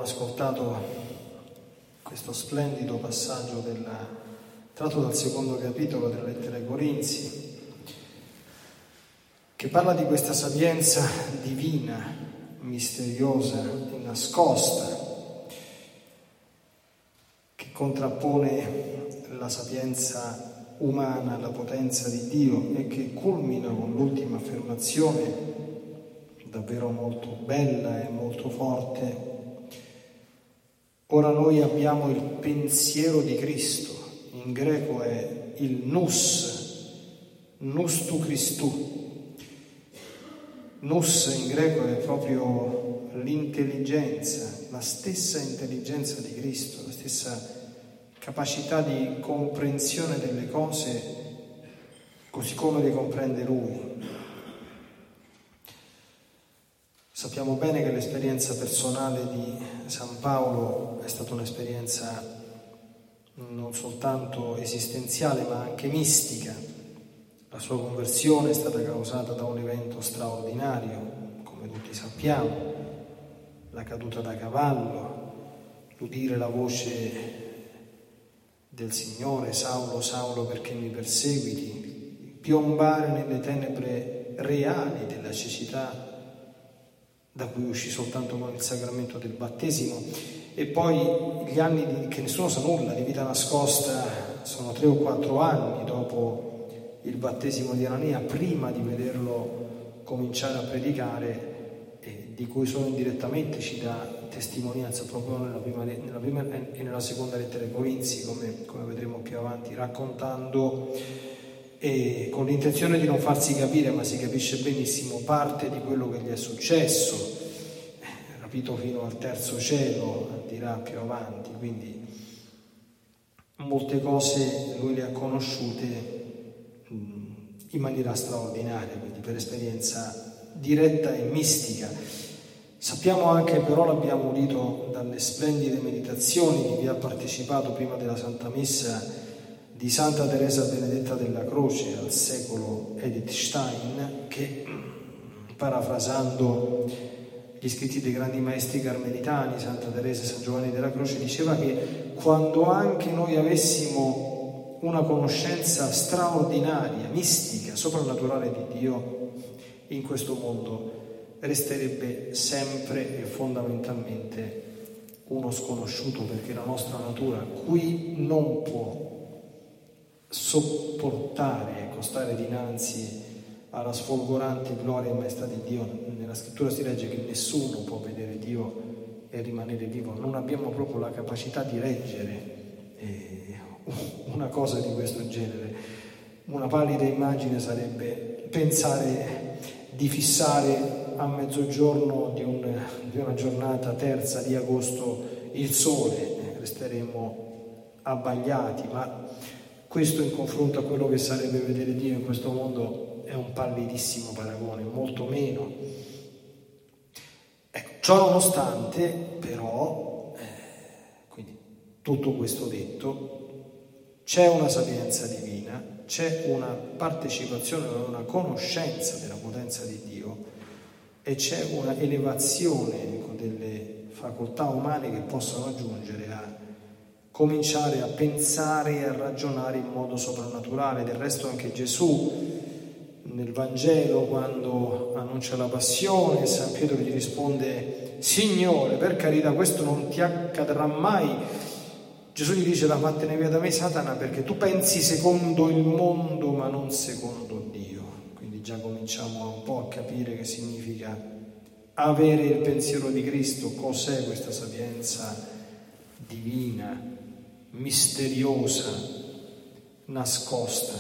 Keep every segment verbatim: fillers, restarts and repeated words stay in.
ascoltato questo splendido passaggio della, tratto dal secondo capitolo della lettera ai Corinzi, che parla di questa sapienza divina, misteriosa e nascosta, che contrappone la sapienza umana alla potenza di Dio e che culmina con l'ultima affermazione davvero molto bella e molto forte. Ora noi abbiamo il pensiero di Cristo, in greco è il nous, nous tu Christou. Nous in greco è proprio l'intelligenza, la stessa intelligenza di Cristo, la stessa capacità di comprensione delle cose così come le comprende Lui. Sappiamo bene che l'esperienza personale di San Paolo è stata un'esperienza non soltanto esistenziale ma anche mistica. La sua conversione è stata causata da un evento straordinario, come tutti sappiamo, la caduta da cavallo, l'udire la voce del Signore, Saulo, Saulo, perché mi perseguiti, piombare nelle tenebre reali della cecità da cui uscì soltanto con il sacramento del battesimo, e poi gli anni di, che nessuno sa nulla, di vita nascosta, sono tre o quattro anni dopo il battesimo di Anania, prima di vederlo cominciare a predicare, e di cui solo indirettamente ci dà testimonianza proprio nella prima, nella prima e nella seconda lettera ai Corinzi, come, come vedremo più avanti, raccontando e con l'intenzione di non farsi capire, ma si capisce benissimo, parte di quello che gli è successo, rapito fino al terzo cielo, dirà più avanti. Quindi molte cose lui le ha conosciute in maniera straordinaria, quindi per esperienza diretta e mistica. Sappiamo anche, però l'abbiamo udito dalle splendide meditazioni di chi ha partecipato prima della Santa Messa, di Santa Teresa Benedetta della Croce al secolo Edith Stein, che, parafrasando gli scritti dei grandi maestri carmelitani, Santa Teresa e San Giovanni della Croce, diceva che quando anche noi avessimo una conoscenza straordinaria, mistica, soprannaturale di Dio, in questo mondo resterebbe sempre e fondamentalmente uno sconosciuto, perché la nostra natura qui non può sopportare, ecco, stare dinanzi alla sfolgorante gloria e maestà di Dio. Nella scrittura si legge che nessuno può vedere Dio e rimanere vivo. Non abbiamo proprio la capacità di reggere eh, una cosa di questo genere. Una pallida immagine sarebbe pensare di fissare a mezzogiorno di, un, di una giornata terza di agosto il sole, eh, resteremo abbagliati, ma questo in confronto a quello che sarebbe vedere Dio in questo mondo è un pallidissimo paragone, molto meno. Ecco, ciò nonostante, però, eh, quindi tutto questo detto, c'è una sapienza divina, c'è una partecipazione, una conoscenza della potenza di Dio e c'è una elevazione, ecco, delle facoltà umane che possono aggiungere a cominciare a pensare e a ragionare in modo soprannaturale. Del resto anche Gesù nel Vangelo, quando annuncia la passione, San Pietro gli risponde: Signore, per carità, questo non ti accadrà mai. Gesù gli dice: vattene via da me, Satana, perché tu pensi secondo il mondo ma non secondo Dio. Quindi già cominciamo un po' a capire che significa avere il pensiero di Cristo, cos'è questa sapienza divina, misteriosa, nascosta.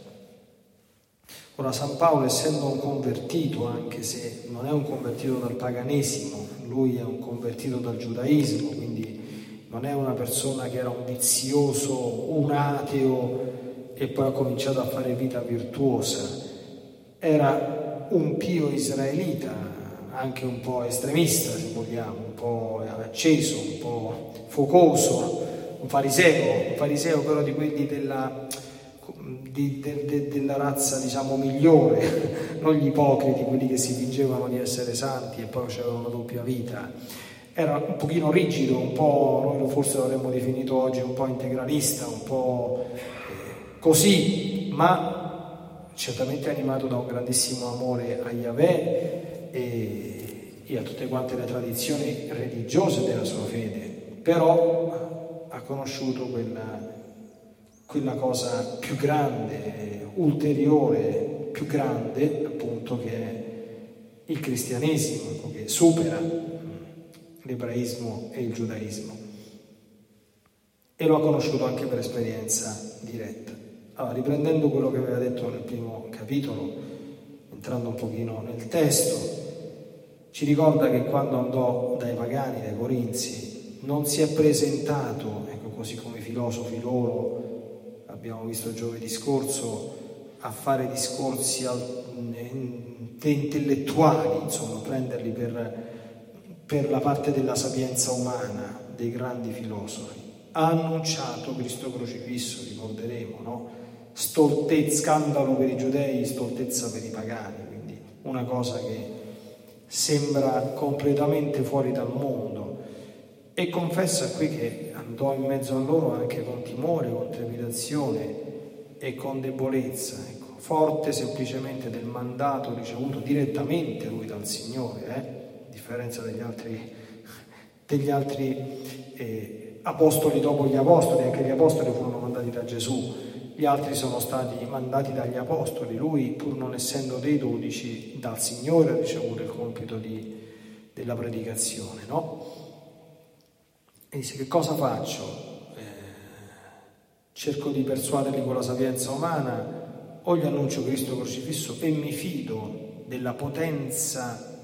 Ora San Paolo, essendo un convertito, anche se non è un convertito dal paganesimo, lui è un convertito dal giudaismo, quindi non è una persona che era un vizioso, un ateo e poi ha cominciato a fare vita virtuosa. Era un pio israelita, anche un po' estremista se vogliamo, un po' acceso, un po' focoso, un fariseo, un fariseo però di quelli della, di, de, de, della razza, diciamo, migliore, non gli ipocriti, quelli che si fingevano di essere santi e poi avevano una doppia vita. era un pochino rigido, un po', noi forse l'avremmo definito oggi un po' integralista, un po' eh, così, ma certamente animato da un grandissimo amore a Yahweh e, e a tutte quante le tradizioni religiose della sua fede, però ha conosciuto quella, quella cosa più grande, ulteriore, più grande appunto, che è il cristianesimo, che supera l'ebraismo e il giudaismo, e lo ha conosciuto anche per esperienza diretta. Allora, riprendendo quello che aveva detto nel primo capitolo, entrando un pochino nel testo, ci ricorda che quando andò dai pagani, dai corinzi, non si è presentato, ecco, così come i filosofi loro, abbiamo visto giovedì scorso, a fare discorsi intellettuali, insomma, prenderli per, per la parte della sapienza umana dei grandi filosofi. Ha annunciato Cristo crocifisso, ricorderemo, no? Stoltezza, scandalo per i giudei, stoltezza per i pagani, quindi una cosa che sembra completamente fuori dal mondo. E confessa qui che andò in mezzo a loro anche con timore, con trepidazione e con debolezza, ecco, forte semplicemente del mandato ricevuto direttamente lui dal Signore, eh? a differenza degli altri, degli altri eh, apostoli dopo gli apostoli. Anche gli apostoli furono mandati da Gesù, gli altri sono stati mandati dagli apostoli, lui, pur non essendo dei dodici, dal Signore ha ricevuto il compito di, della predicazione, no? E dice: che cosa faccio? Cerco di persuaderli con la sapienza umana o gli annuncio Cristo crocifisso e mi fido della potenza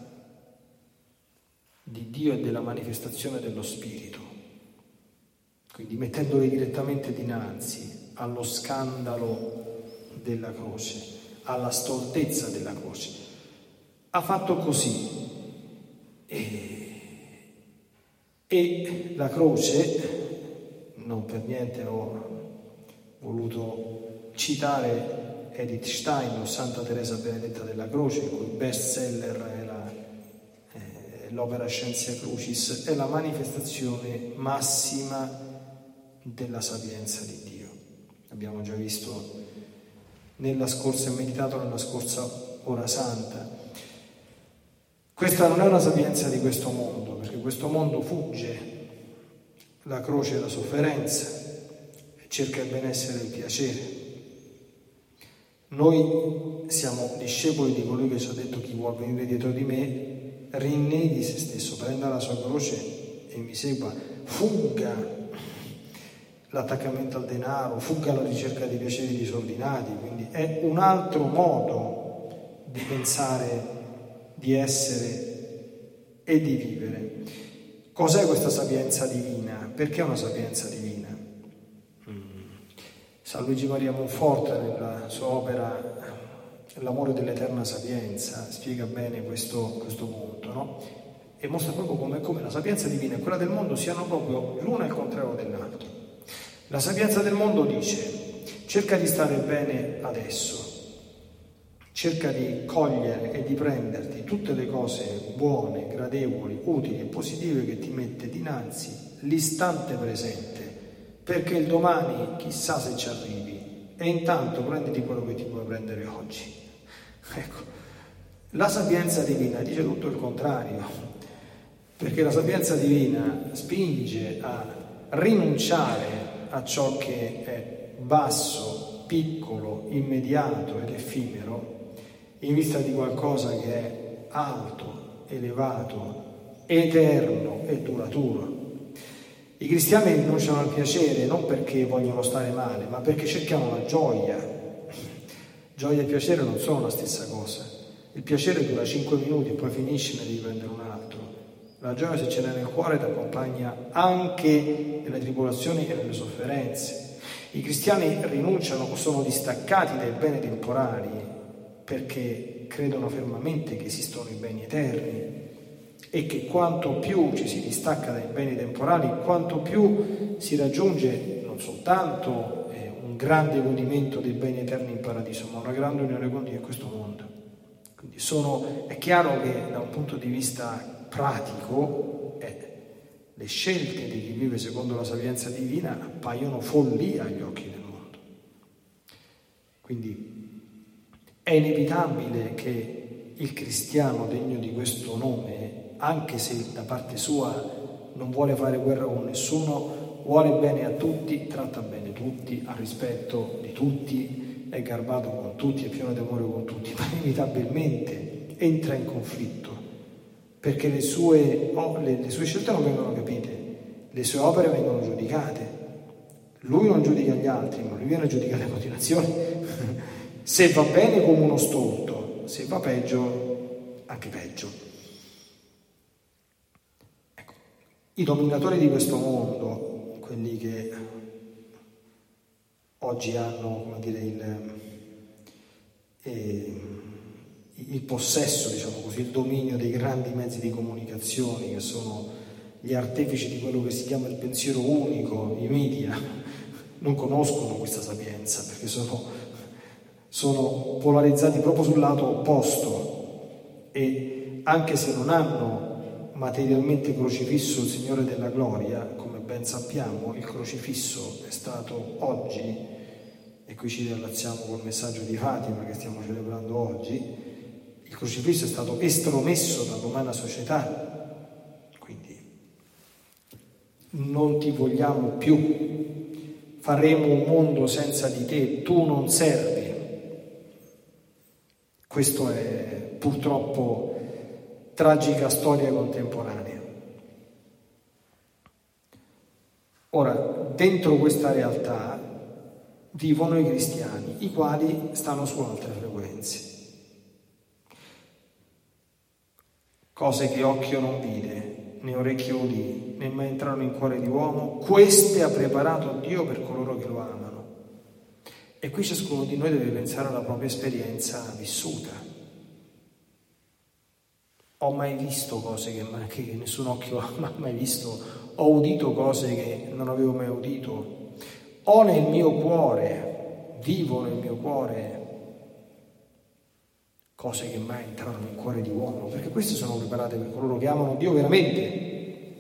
di Dio e della manifestazione dello Spirito, quindi mettendoli direttamente dinanzi allo scandalo della croce, alla stoltezza della croce. Ha fatto così e, e la croce, non per niente ho voluto citare Edith Stein o Santa Teresa Benedetta della Croce, il cui best seller è, la, è l'opera Scientia Crucis, è la manifestazione massima della sapienza di Dio. Abbiamo già visto nella scorsa e meditato nella scorsa ora santa. Questa non è una sapienza di questo mondo, perché questo mondo fugge la croce e la sofferenza, cerca il benessere e il piacere. Noi siamo discepoli di colui che ci ha detto: chi vuol venire dietro di me rinneghi se stesso, prenda la sua croce e mi segua. Fugga l'attaccamento al denaro, fugga la ricerca di piaceri disordinati. Quindi è un altro modo di pensare, di essere e di vivere. Cos'è questa sapienza divina? Perché è una sapienza divina? San Luigi Maria Monforte, nella sua opera L'amore dell'eterna sapienza, spiega bene questo, questo punto, no? E mostra proprio come, come la sapienza divina e quella del mondo siano proprio l'una il contrario dell'altro. La sapienza del mondo dice: cerca di stare bene adesso, cerca di cogliere e di prenderti tutte le cose buone, gradevoli, utili e positive che ti mette dinanzi l'istante presente, perché il domani chissà se ci arrivi, e intanto prenditi quello che ti puoi prendere oggi. Ecco, la sapienza divina dice tutto il contrario, perché la sapienza divina spinge a rinunciare a ciò che è basso, piccolo, immediato ed effimero, in vista di qualcosa che è alto, elevato, eterno e duraturo. I cristiani rinunciano al piacere non perché vogliono stare male, ma perché cercano la gioia. Gioia e piacere non sono la stessa cosa. Il piacere dura cinque minuti e poi finisce, ne devi prendere un altro. La gioia, se ce l'hai nel cuore, ti accompagna anche nelle tribolazioni e nelle sofferenze. I cristiani rinunciano o sono distaccati dai beni temporali perché credono fermamente che esistono i beni eterni, e che quanto più ci si distacca dai beni temporali, quanto più si raggiunge non soltanto eh, un grande godimento dei beni eterni in paradiso, ma una grande unione con Dio in questo mondo. Quindi sono, è chiaro che da un punto di vista pratico è le scelte di chi vive secondo la sapienza divina appaiono follia agli occhi del mondo. Quindi è inevitabile che il cristiano degno di questo nome, anche se da parte sua non vuole fare guerra con nessuno, vuole bene a tutti, tratta bene tutti, ha rispetto di tutti, è garbato con tutti, è pieno di amore con tutti, ma inevitabilmente entra in conflitto, perché le sue, oh, le, le sue scelte non vengono capite, le sue opere vengono giudicate. Lui non giudica gli altri, ma lui viene a giudicare le continuazioni. Se va bene come uno stolto, se va peggio, anche peggio. Ecco, i dominatori di questo mondo, quelli che oggi hanno, come dire, il, eh, il possesso, diciamo così, il dominio dei grandi mezzi di comunicazione, che sono gli artefici di quello che si chiama il pensiero unico, i media, non conoscono questa sapienza, perché sono, sono polarizzati proprio sul lato opposto, e anche se non hanno materialmente crocifisso il Signore della Gloria, come ben sappiamo, il crocifisso è stato oggi, e qui ci riallacciamo col messaggio di Fatima che stiamo celebrando oggi, il crocifisso è stato estromesso dall'umana società, quindi non ti vogliamo più, faremo un mondo senza di te, tu non servi. Questo è purtroppo tragica storia contemporanea. Ora, dentro questa realtà vivono i cristiani, i quali stanno su altre frequenze. Cose che occhio non vide, né orecchio udì, né mai entrarono in cuore di uomo, queste ha preparato Dio per coloro che lo amano. E qui ciascuno di noi deve pensare alla propria esperienza vissuta. Ho mai visto cose che, che nessun occhio ha mai visto, ho udito cose che non avevo mai udito, ho nel mio cuore, vivo nel mio cuore cose che mai entrarono nel cuore di uomo, perché queste sono preparate per coloro che amano Dio veramente.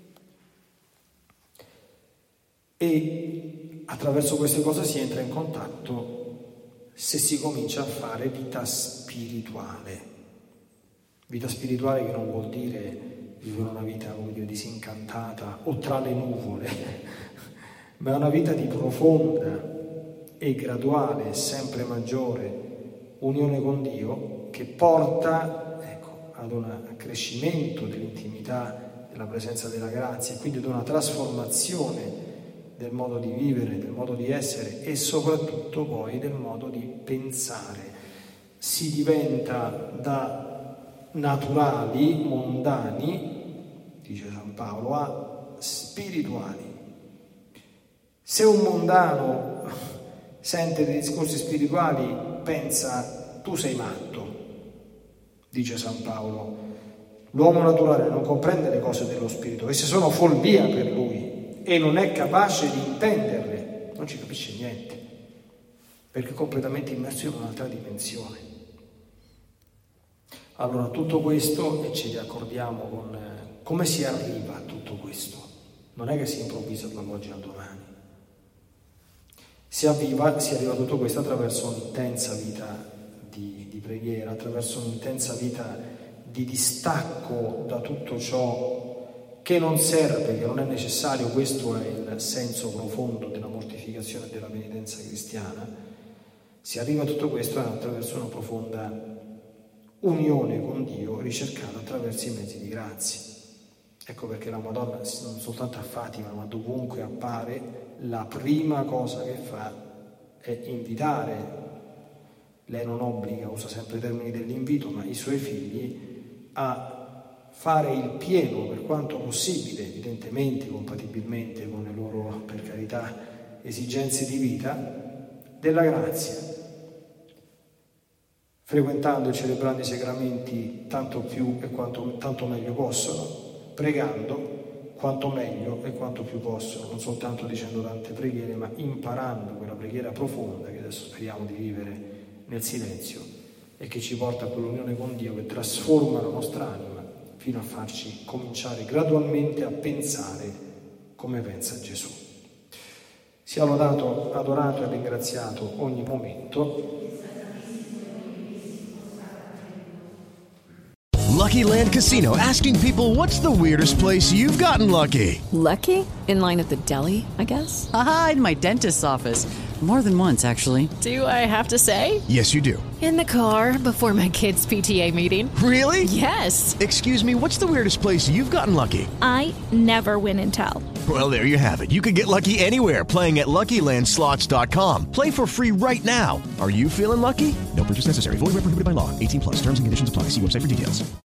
E attraverso queste cose si entra in contatto se si comincia a fare vita spirituale. Vita spirituale che non vuol dire vivere una vita, come dire, disincantata o tra le nuvole, ma è una vita di profonda e graduale, sempre maggiore unione con Dio, che porta, ecco, ad un accrescimento dell'intimità, della presenza della grazia, e quindi ad una trasformazione del modo di vivere, del modo di essere e soprattutto poi del modo di pensare. Si diventa da naturali, mondani, dice San Paolo, a spirituali. Se un mondano sente dei discorsi spirituali, pensa, tu sei matto, dice San Paolo. L'uomo naturale non comprende le cose dello spirito, esse sono follia per lui e non è capace di intenderle, non ci capisce niente, perché è completamente immerso in un'altra dimensione. Allora tutto questo, e ci riaccordiamo con come si arriva a tutto questo, non è che si improvvisa dall'oggi al domani. Si arriva, si arriva a tutto questo attraverso un'intensa vita di, di preghiera, attraverso un'intensa vita di distacco da tutto ciò che non serve, che non è necessario. Questo è il senso profondo della mortificazione e della penitenza cristiana. Si arriva a tutto questo attraverso una profonda unione con Dio ricercata attraverso i mezzi di grazia. Ecco perché la Madonna, non soltanto a Fatima, ma dovunque appare, la prima cosa che fa è invitare. Lei non obbliga, usa sempre i termini dell'invito, ma i suoi figli a fare il pieno, per quanto possibile, evidentemente compatibilmente con le loro, per carità, esigenze di vita, della grazia, frequentando e celebrando i sacramenti tanto più e quanto tanto meglio possono, pregando quanto meglio e quanto più possono, non soltanto dicendo tante preghiere, ma imparando quella preghiera profonda che adesso speriamo di vivere nel silenzio e che ci porta a quell'unione con Dio che trasforma la nostra anima fino a farci cominciare gradualmente a pensare come pensa Gesù. Sia lodato, adorato e ringraziato ogni momento. Lucky Land Casino, asking people, what's the weirdest place you've gotten lucky? Lucky? In line at the deli, I guess? Aha, in my dentist's office. More than once, actually. Do I have to say? Yes, you do. In the car before my kids' P T A meeting. Really? Yes. Excuse me, what's the weirdest place you've gotten lucky? I never win and tell. Well, there you have it. You can get lucky anywhere, playing at Lucky Land Slots dot com. Play for free right now. Are you feeling lucky? No purchase necessary. Void where prohibited by law. eighteen plus. Terms and conditions apply. See website for details.